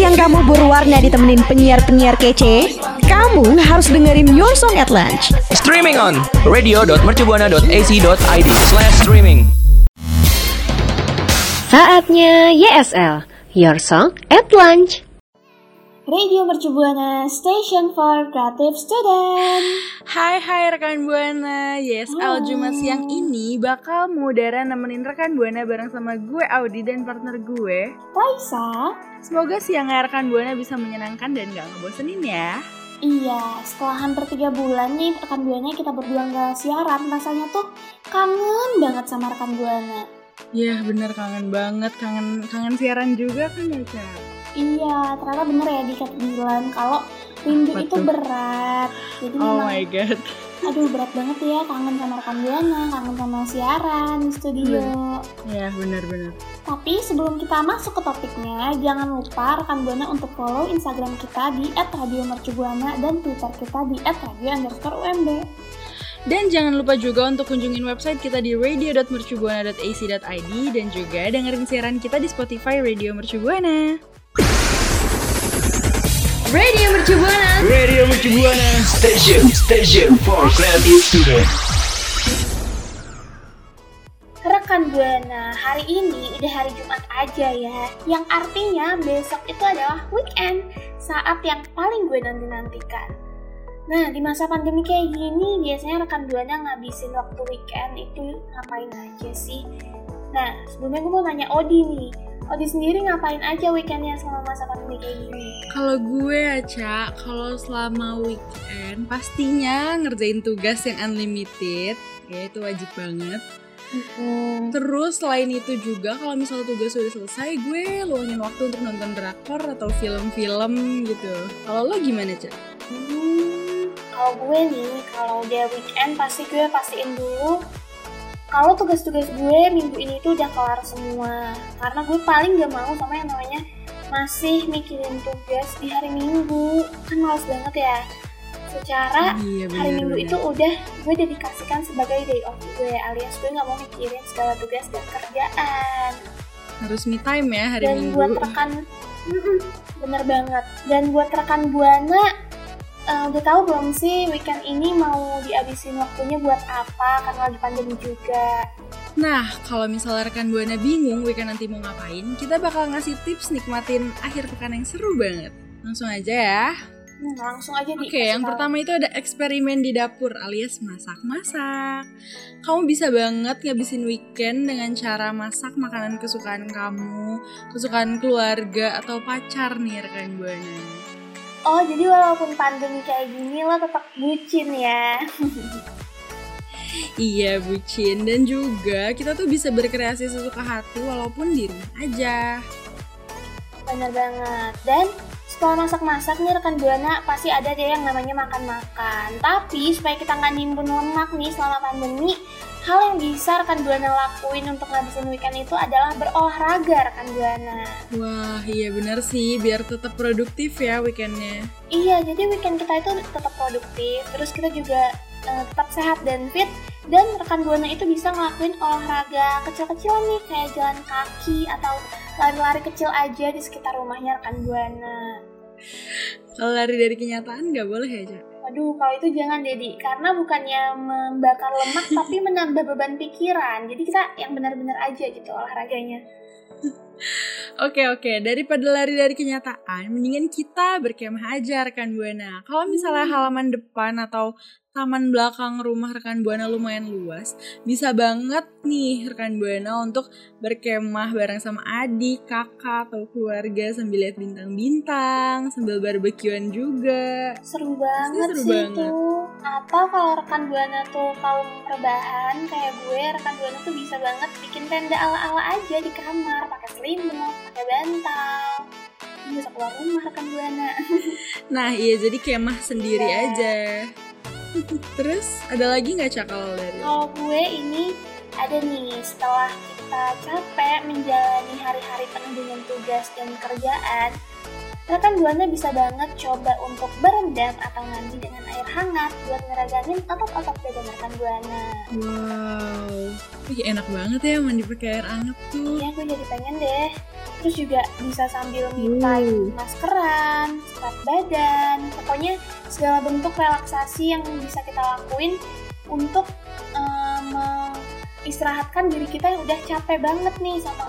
siang kamu berwarna ditemenin penyiar-penyiar kece? Kamu harus dengerin Your Song at Lunch. Streaming on radio.mercubuana.ac.id/streaming. Saatnya YSL, Your Song at Lunch. Radio Mercu Buana, Station for Creative Student. Hai rekan Buana, YSL Jumat siang ini bakal mengudara nemenin rekan Buana bareng sama gue Audi dan partner gue Raisa. Semoga siangnya rekan Buana bisa menyenangkan dan gak ngebosenin ya. Iya, setelah hampir 3 bulan nih rekan Buana kita berdua gak siaran, rasanya tuh kangen banget sama rekan Buana. Iya bener, kangen banget, kangen siaran juga kan ya Cak? Iya, ternyata bener ya Dika bilang kalau rindu itu berat. Jadi Oh memang, my god. aduh berat banget ya, kangen sama rekan Buana, kangen sama siaran di studio. Iya bener. Tapi sebelum kita masuk ke topiknya, jangan lupa rekan Buana untuk follow Instagram kita di @radiomercubuana dan Twitter kita di @radio_umb. Dan jangan lupa juga untuk kunjungin website kita di radio.mercubuana.ac.id dan juga dengerin siaran kita di Spotify Radio Mercubuana. Radio Mercu Buana. Radio Mercubuana, station for creative student. Rekan Buana, hari ini udah hari Jumat aja ya, yang artinya besok itu adalah weekend, saat yang paling gue nanti-nantikan. Nah, di masa pandemi kayak gini, biasanya rekan Buana ngabisin waktu weekend itu ngapain aja sih? Nah, sebelumnya gue mau nanya Odi nih, Odi sendiri ngapain aja weekendnya selama masa pandemi kayak gini? Kalau gue Aca, kalau selama weekend pastinya ngerjain tugas yang unlimited, ya itu wajib banget. Terus selain itu juga kalau misalnya tugas sudah selesai, gue luangin waktu untuk nonton drakor atau film-film gitu. Kalau lo gimana Ca? Kalau gue nih, kalau udah weekend pasti gue pastiin dulu kalau tugas-tugas gue minggu ini tuh udah kelar semua. Karena gue paling gak mau sama yang namanya masih mikirin tugas di hari Minggu. Kan males banget ya. Secara hari Minggu itu udah gue dedikasikan sebagai day off gue, alias gue gak mau mikirin segala tugas dan kerjaan. Harus me time ya hari Dan Minggu. buat rekan, bener banget. Dan buat rekan Buana, udah tahu belum sih weekend ini mau dihabisin waktunya buat apa, karena lagi pandemi juga. Nah, kalau misalnya rekan Buana bingung weekend nanti mau ngapain, kita bakal ngasih tips nikmatin akhir pekan yang seru banget. Langsung aja ya. Langsung aja Oke, yang pertama itu ada eksperimen di dapur alias masak-masak. Kamu bisa banget ngabisin weekend dengan cara masak makanan kesukaan kamu, kesukaan keluarga atau pacar nih rekan Buana. Oh, jadi walaupun pandemi kayak gini lo tetap bucin ya? Iya, bucin. Dan juga kita tuh bisa berkreasi sesuka hati walaupun di rumah aja. Bener banget. Dan setelah masak-masak nih rekan Buana pasti ada deh yang namanya makan-makan. Tapi supaya kita nggak nimbun lemak nih selama pandemi, hal yang bisa rekan Buana lakuin untuk ngabisin weekend itu adalah berolahraga rekan Buana. Wah, iya bener sih, biar tetap produktif ya weekendnya. Iya, jadi weekend kita itu tetap produktif, terus kita juga tetap sehat dan fit. Dan rekan Buana itu bisa ngelakuin olahraga kecil-kecilan nih, kayak jalan kaki atau lari-lari kecil aja di sekitar rumahnya rekan Buana. Kalau lari dari kenyataan nggak boleh ya, Cak? Aduh, kalau itu jangan Dedi, karena bukannya membakar lemak tapi menambah beban pikiran. Jadi kita yang benar-benar aja gitu olahraganya. Oke, daripada lari dari kenyataan, mendingan kita berkemah aja rekan Buana. Kalau misalnya halaman depan atau taman belakang rumah rekan Buana lumayan luas, bisa banget nih rekan Buana untuk berkemah bareng sama adik, kakak, atau keluarga sambil lihat bintang-bintang, sambil barbekyuan juga. Seru banget Seru sih banget. itu. Atau kalau rekan Buana tuh kaum rebahan kayak gue, rekan Buana tuh bisa banget bikin tenda ala-ala aja di kamar, pakai selimut, pakai bantal. Bisa keluar rumah rekan Buana. Nah iya, jadi kemah sendiri Iya. aja. Terus ada lagi nggak Cak kalau dari? Kalau gue ini ada nih, setelah kita capek menjalani hari-hari penuh dengan tugas dan kerjaan, rekan Buana bisa banget coba untuk berendam atau mandi dengan air hangat buat ngeragamin otot-otot badan rekan Buana. Wow, enak banget ya mandi pakai air hangat tuh. Ya, gue jadi pengen deh. Terus juga bisa sambil me time, maskeran, scrub badan, pokoknya segala bentuk relaksasi yang bisa kita lakuin untuk istirahatkan diri kita yang udah capek banget nih sama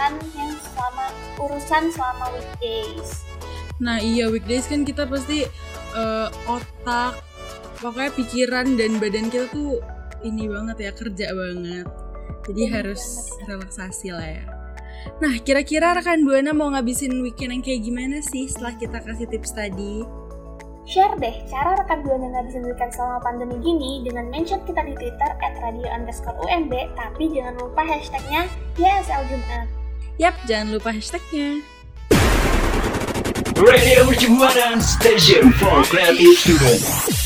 urusan selama weekdays. Nah iya, weekdays kan kita pasti otak, pokoknya pikiran dan badan kita tuh ini banget ya, kerja banget. Jadi harus relaksasi lah ya. Nah kira-kira rekan Buana mau ngabisin weekend yang kayak gimana sih setelah kita kasih tips tadi? Share deh cara rekan Buana ngabisin weekend selama pandemi gini dengan mention kita di Twitter @radio_UMB, tapi jangan lupa hashtagnya YSL Jumat. Yap, jangan lupa hashtagnya. Radio Mercu Buana, Station for Creative Student.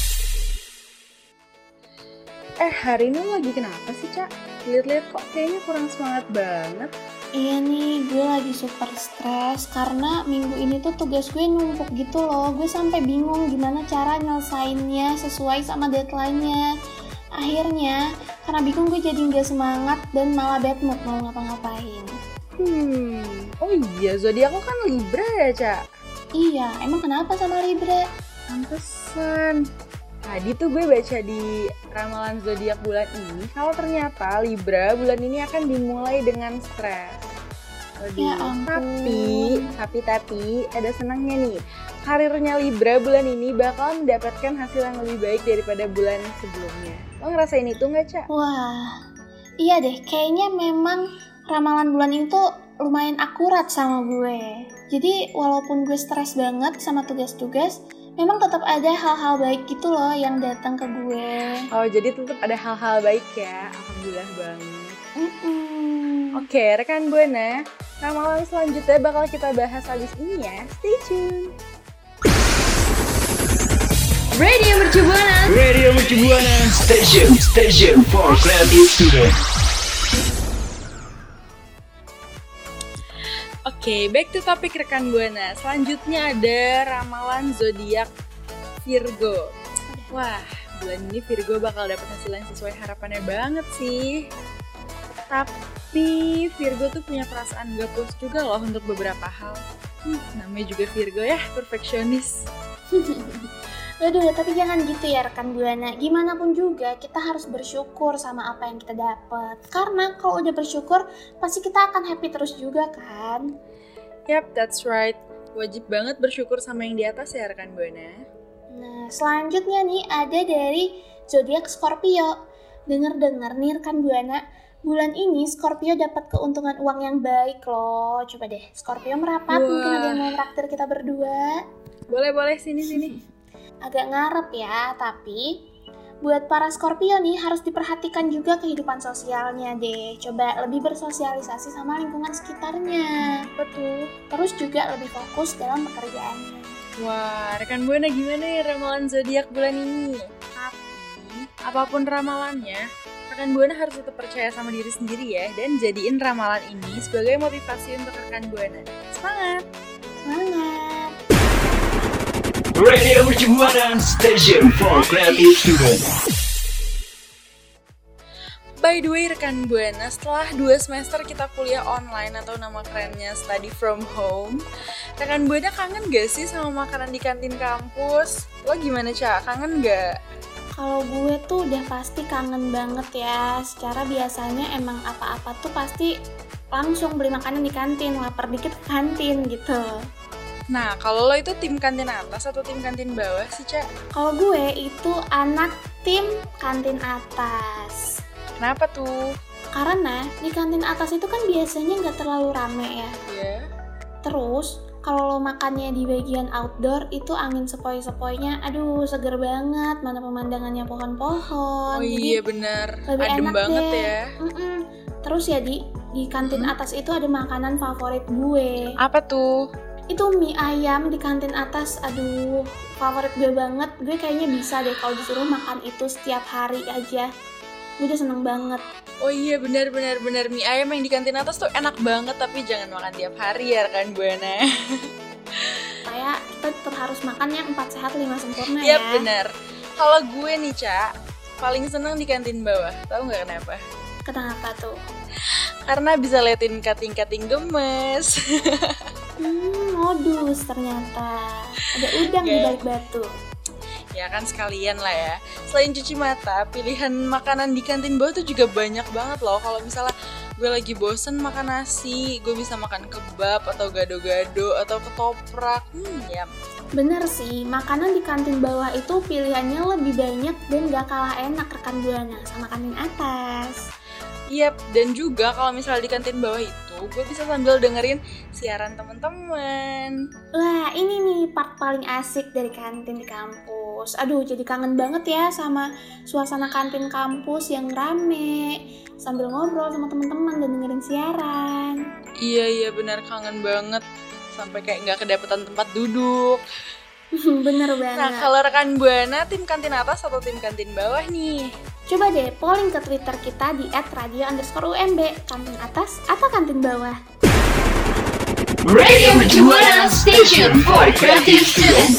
Hari ini lagi kenapa sih, Cak? Lihat-lihat kok kayaknya kurang semangat banget. Iya nih, gue lagi super stres karena minggu ini tuh tugas gue numpuk gitu loh. Gue sampai bingung gimana cara nyelesainnya sesuai sama deadline-nya. Akhirnya, karena bingung gue jadi gak semangat dan malah bad mood mau ngapa-ngapain. Oh iya, zodiak aku kan Libra ya, Cak? Iya, emang kenapa sama Libra? Pantesan. Tadi tuh gue baca di ramalan zodiak bulan ini, kalau ternyata Libra bulan ini akan dimulai dengan stres. Ya ampun. Tapi ada senangnya nih. Karirnya Libra bulan ini bakal mendapatkan hasil yang lebih baik daripada bulan sebelumnya. Lo ngerasain itu nggak, Cak? Wah, iya deh. Kayaknya memang ramalan bulan ini tuh lumayan akurat sama gue. Jadi walaupun gue stres banget sama tugas-tugas, memang tetap ada hal-hal baik gitu loh yang datang ke gue. Oh, jadi tetap ada hal-hal baik ya. Alhamdulillah banget. Oke, rekan Buana, ramalan selanjutnya bakal kita bahas habis ini ya. Stay tune. Radio Mercu Buana. Radio Mercu Buana, Station for Creative Student. Oke, back to topik rekan Buana. Selanjutnya ada ramalan zodiak Virgo. Wah, bulan ini Virgo bakal dapat hasil yang sesuai harapannya banget sih. Tapi Virgo tuh punya perasaan gak puas juga loh untuk beberapa hal. Namanya juga Virgo ya, perfeksionis. Aduh, tapi jangan gitu ya rekan Buana. Gimana pun juga kita harus bersyukur sama apa yang kita dapat. Karena kalau udah bersyukur, pasti kita akan happy terus juga kan? Yap, that's right. Wajib banget bersyukur sama yang di atas ya rekan Buana. Nah, selanjutnya nih ada dari zodiak Scorpio. Dengar-dengar nih rekan Buana, bulan ini Scorpio dapat keuntungan uang yang baik loh. Coba deh, Scorpio merapat. Mungkin ada yang mau traktir kita berdua. Boleh, sini. Agak ngarep ya, tapi buat para Scorpio nih harus diperhatikan juga kehidupan sosialnya deh. Coba lebih bersosialisasi sama lingkungan sekitarnya. Betul. Terus juga lebih fokus dalam pekerjaannya. Wah, rekan Buana gimana ya ramalan zodiak bulan ini? Tapi, apapun ramalannya, rekan Buana harus tetap percaya sama diri sendiri ya, dan jadiin ramalan ini sebagai motivasi untuk rekan Buana. Semangat! Semangat! Radio Mercu Buana, Station for Creative Student. By the way rekan Buana, setelah 2 semester kita kuliah online atau nama kerennya study from home, rekan Buana kangen gak sih sama makanan di kantin kampus? Lo gimana, Cak? Kangen gak? Kalau gue tuh udah pasti kangen banget ya. Secara biasanya emang apa-apa tuh pasti langsung beli makanan di kantin, lapar dikit ke kantin gitu. Nah, kalau lo itu tim kantin atas atau tim kantin bawah sih, Cak? Kalau gue itu anak tim kantin atas. Kenapa tuh? Karena di kantin atas itu kan biasanya nggak terlalu rame ya. Iya. Terus kalau lo makannya di bagian outdoor itu angin sepoi-sepoinya, aduh seger banget, mana pemandangannya pohon-pohon. Oh iya bener, lebih adem enak banget deh. ya. Terus ya di kantin atas itu ada makanan favorit gue. Apa tuh? Itu mie ayam di kantin atas, aduh favorit gue banget. Gue kayaknya bisa deh kalau disuruh makan itu setiap hari aja. Gue udah seneng banget. Oh iya benar mie ayam yang di kantin atas tuh enak banget, tapi jangan makan tiap hari ya rekan Buana. Kayak kita tetap harus makan yang 4 sehat 5 sempurna ya. ya. Iya benar. Kalau gue nih, Cak, paling seneng di kantin bawah. Tahu nggak kenapa? Kenapa tuh? Karena bisa liatin kating-kating gemes. Modus ternyata. Ada udang di balik batu. Ya kan sekalian lah ya. Selain cuci mata, pilihan makanan di kantin bawah tuh juga banyak banget loh. Kalau misalnya gue lagi bosen makan nasi, gue bisa makan kebab atau gado-gado atau ketoprak. Ya. Bener sih, makanan di kantin bawah itu pilihannya lebih banyak dan gak kalah enak rekan Buana sama kantin atas. Yap, dan juga kalau misalnya di kantin bawah itu gue bisa sambil dengerin siaran teman-teman. Wah, ini nih part paling asik dari kantin di kampus. Aduh, jadi kangen banget ya sama suasana kantin kampus yang rame, sambil ngobrol sama teman-teman dan dengerin siaran. Iya benar, kangen banget. Sampai kayak nggak kedapetan tempat duduk. Bener banget. Nah, kalau rekan Buana tim kantin atas atau tim kantin bawah nih? Coba deh polling ke Twitter kita di @radio_UMB, kantin atas atau kantin bawah. Radio Mercu Buana, station for creative students.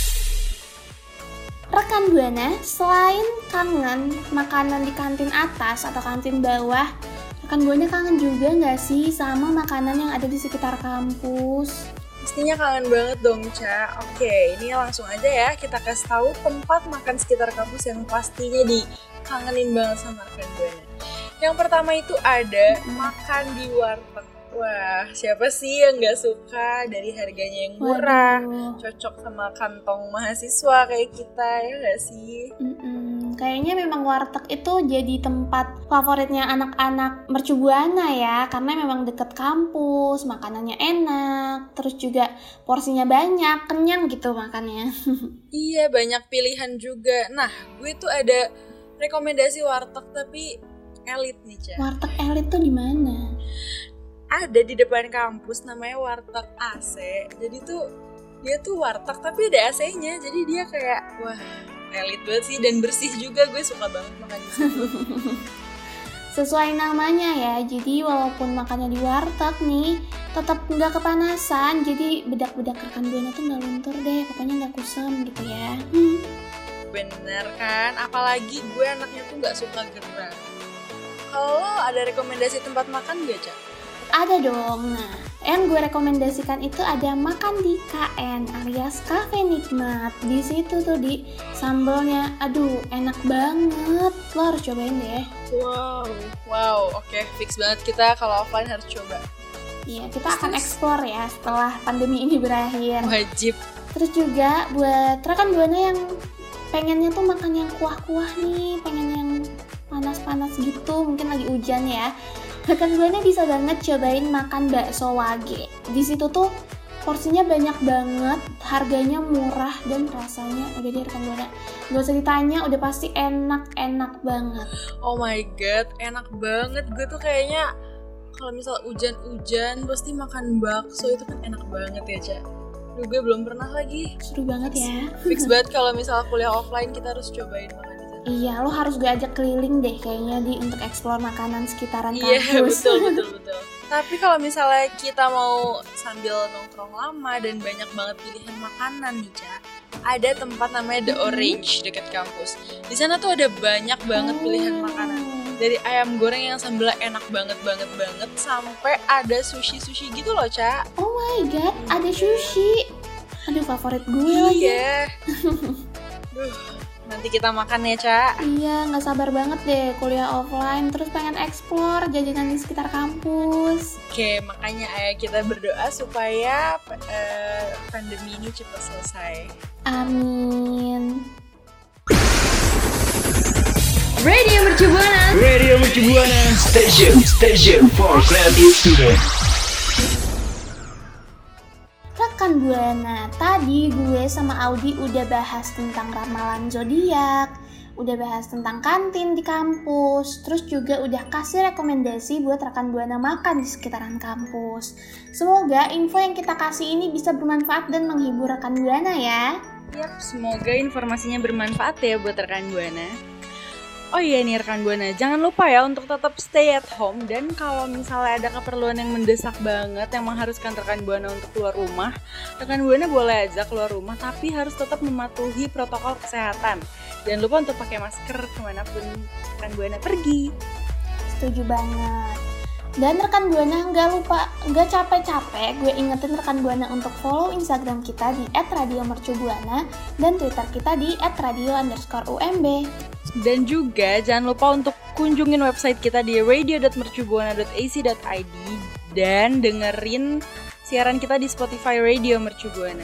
Rekan Buana, selain kangen makanan di kantin atas atau kantin bawah, rekan Buana kangen juga nggak sih sama makanan yang ada di sekitar kampus? Pastinya kangen banget dong, Ca. Oke, ini langsung aja ya kita kasih tahu tempat makan sekitar kampus yang pastinya dikangenin banget sama rekan Buana. Yang pertama itu ada makan di warteg. Wah, siapa sih yang gak suka dari harganya yang murah, cocok sama kantong mahasiswa kayak kita, ya gak sih? Kayaknya memang warteg itu jadi tempat favoritnya anak-anak Mercu Buana ya, karena memang deket kampus, makanannya enak, terus juga porsinya banyak, kenyang gitu makannya. Iya, banyak pilihan juga. Nah, gue tuh ada rekomendasi warteg tapi elit nih, Ca. Warteg elit tuh di mana? Ada di depan kampus, namanya warteg AC. Jadi tuh dia tuh warteg tapi ada AC-nya. Jadi dia kayak wah, elit banget sih dan bersih juga. Gue suka banget makan di situ. Sesuai namanya ya. Jadi walaupun makannya di warteg nih, tetap nggak kepanasan. Jadi bedak-bedak rekan Buana tuh nggak luntur deh. Pokoknya nggak kusam gitu ya. Bener kan? Apalagi gue anaknya tuh nggak suka gerak. Kalau ada rekomendasi tempat makan gak, Cak? Ada dong. Nah, yang gue rekomendasikan itu ada makan di KN alias Cafe Nikmat. Di situ tuh di sambelnya, aduh enak banget. Lo harus cobain deh. Wow, oke, fix banget kita kalau offline harus coba. Iya, kita akan explore ya setelah pandemi ini berakhir. Wajib. Terus juga buat rekan Buana yang pengennya tuh makan yang kuah-kuah nih, pengen yang panas-panas gitu, mungkin lagi hujan ya. Rekan Buana bisa banget cobain makan bakso wage. Di situ tuh porsinya banyak banget, harganya murah dan rasanya udah deh rekan Buana. Gak usah ditanya, udah pasti enak banget. Oh my god, enak banget. Gue tuh kayaknya kalau misal hujan-hujan pasti makan bakso itu kan enak banget ya, Ca. Duh, gue belum pernah lagi. Seru banget ya. Fix banget kalau misal kuliah offline kita harus cobain makan. Iya, lo harus gue ajak keliling deh kayaknya untuk explore makanan sekitaran kampus. Iya, betul. Tapi kalau misalnya kita mau sambil nongkrong lama dan banyak banget pilihan makanan nih, Ca, ada tempat namanya The Orange dekat kampus. Di sana tuh ada banyak banget pilihan makanan. Dari ayam goreng yang sambelnya enak banget sampai ada sushi gitu loh, Ca. Oh my god, ada sushi. Aduh, favorit gue lagi. Iya. Nanti kita makan ya, Ca. Iya, gak sabar banget deh kuliah offline. Terus pengen explore jajanan di sekitar kampus. Oke, makanya ayo kita berdoa supaya pandemi ini cepat selesai. Amin. Radio Mercu Buana. Radio Mercu Buana, station for creative students. Rekan Buana, tadi gue sama Audi udah bahas tentang ramalan zodiak, udah bahas tentang kantin di kampus, terus juga udah kasih rekomendasi buat rekan Buana makan di sekitaran kampus. Semoga info yang kita kasih ini bisa bermanfaat dan menghibur rekan Buana ya. Yap, semoga informasinya bermanfaat ya buat rekan Buana. Oh iya nih rekan Buana, jangan lupa ya untuk tetap stay at home. Dan kalau misalnya ada keperluan yang mendesak banget yang mengharuskan rekan Buana untuk keluar rumah, rekan Buana boleh aja keluar rumah, tapi harus tetap mematuhi protokol kesehatan. Jangan lupa untuk pakai masker kemanapun rekan Buana pergi. Setuju banget. Dan rekan Buana nggak capek-capek gue ingetin rekan Buana untuk follow Instagram kita di @radiomercubuana dan Twitter kita di @radio_UMB. Dan juga jangan lupa untuk kunjungin website kita di radio.mercubuana.ac.id dan dengerin siaran kita di Spotify Radio Mercu Buana.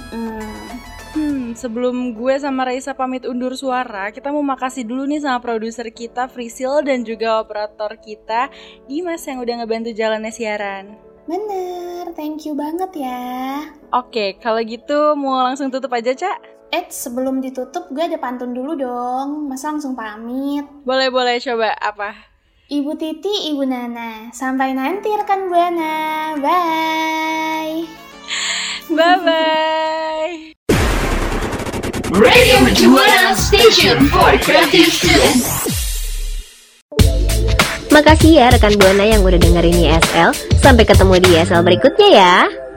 Sebelum gue sama Raisa pamit undur suara, kita mau makasih dulu nih sama produser kita Frisil dan juga operator kita Dimas yang udah ngebantu jalannya siaran. Bener, thank you banget ya. Oke, kalau gitu mau langsung tutup aja, Cak? Sebelum ditutup gue ada pantun dulu dong. Masa langsung pamit? Boleh, coba apa? Ibu Titi, Ibu Nana. Sampai nanti rekan Buana. Bye. Bye-bye. Radio Mercu Buana Station for Creative Students. Makasih ya rekan Buana yang udah dengerin YSL. Sampai ketemu di YSL berikutnya ya.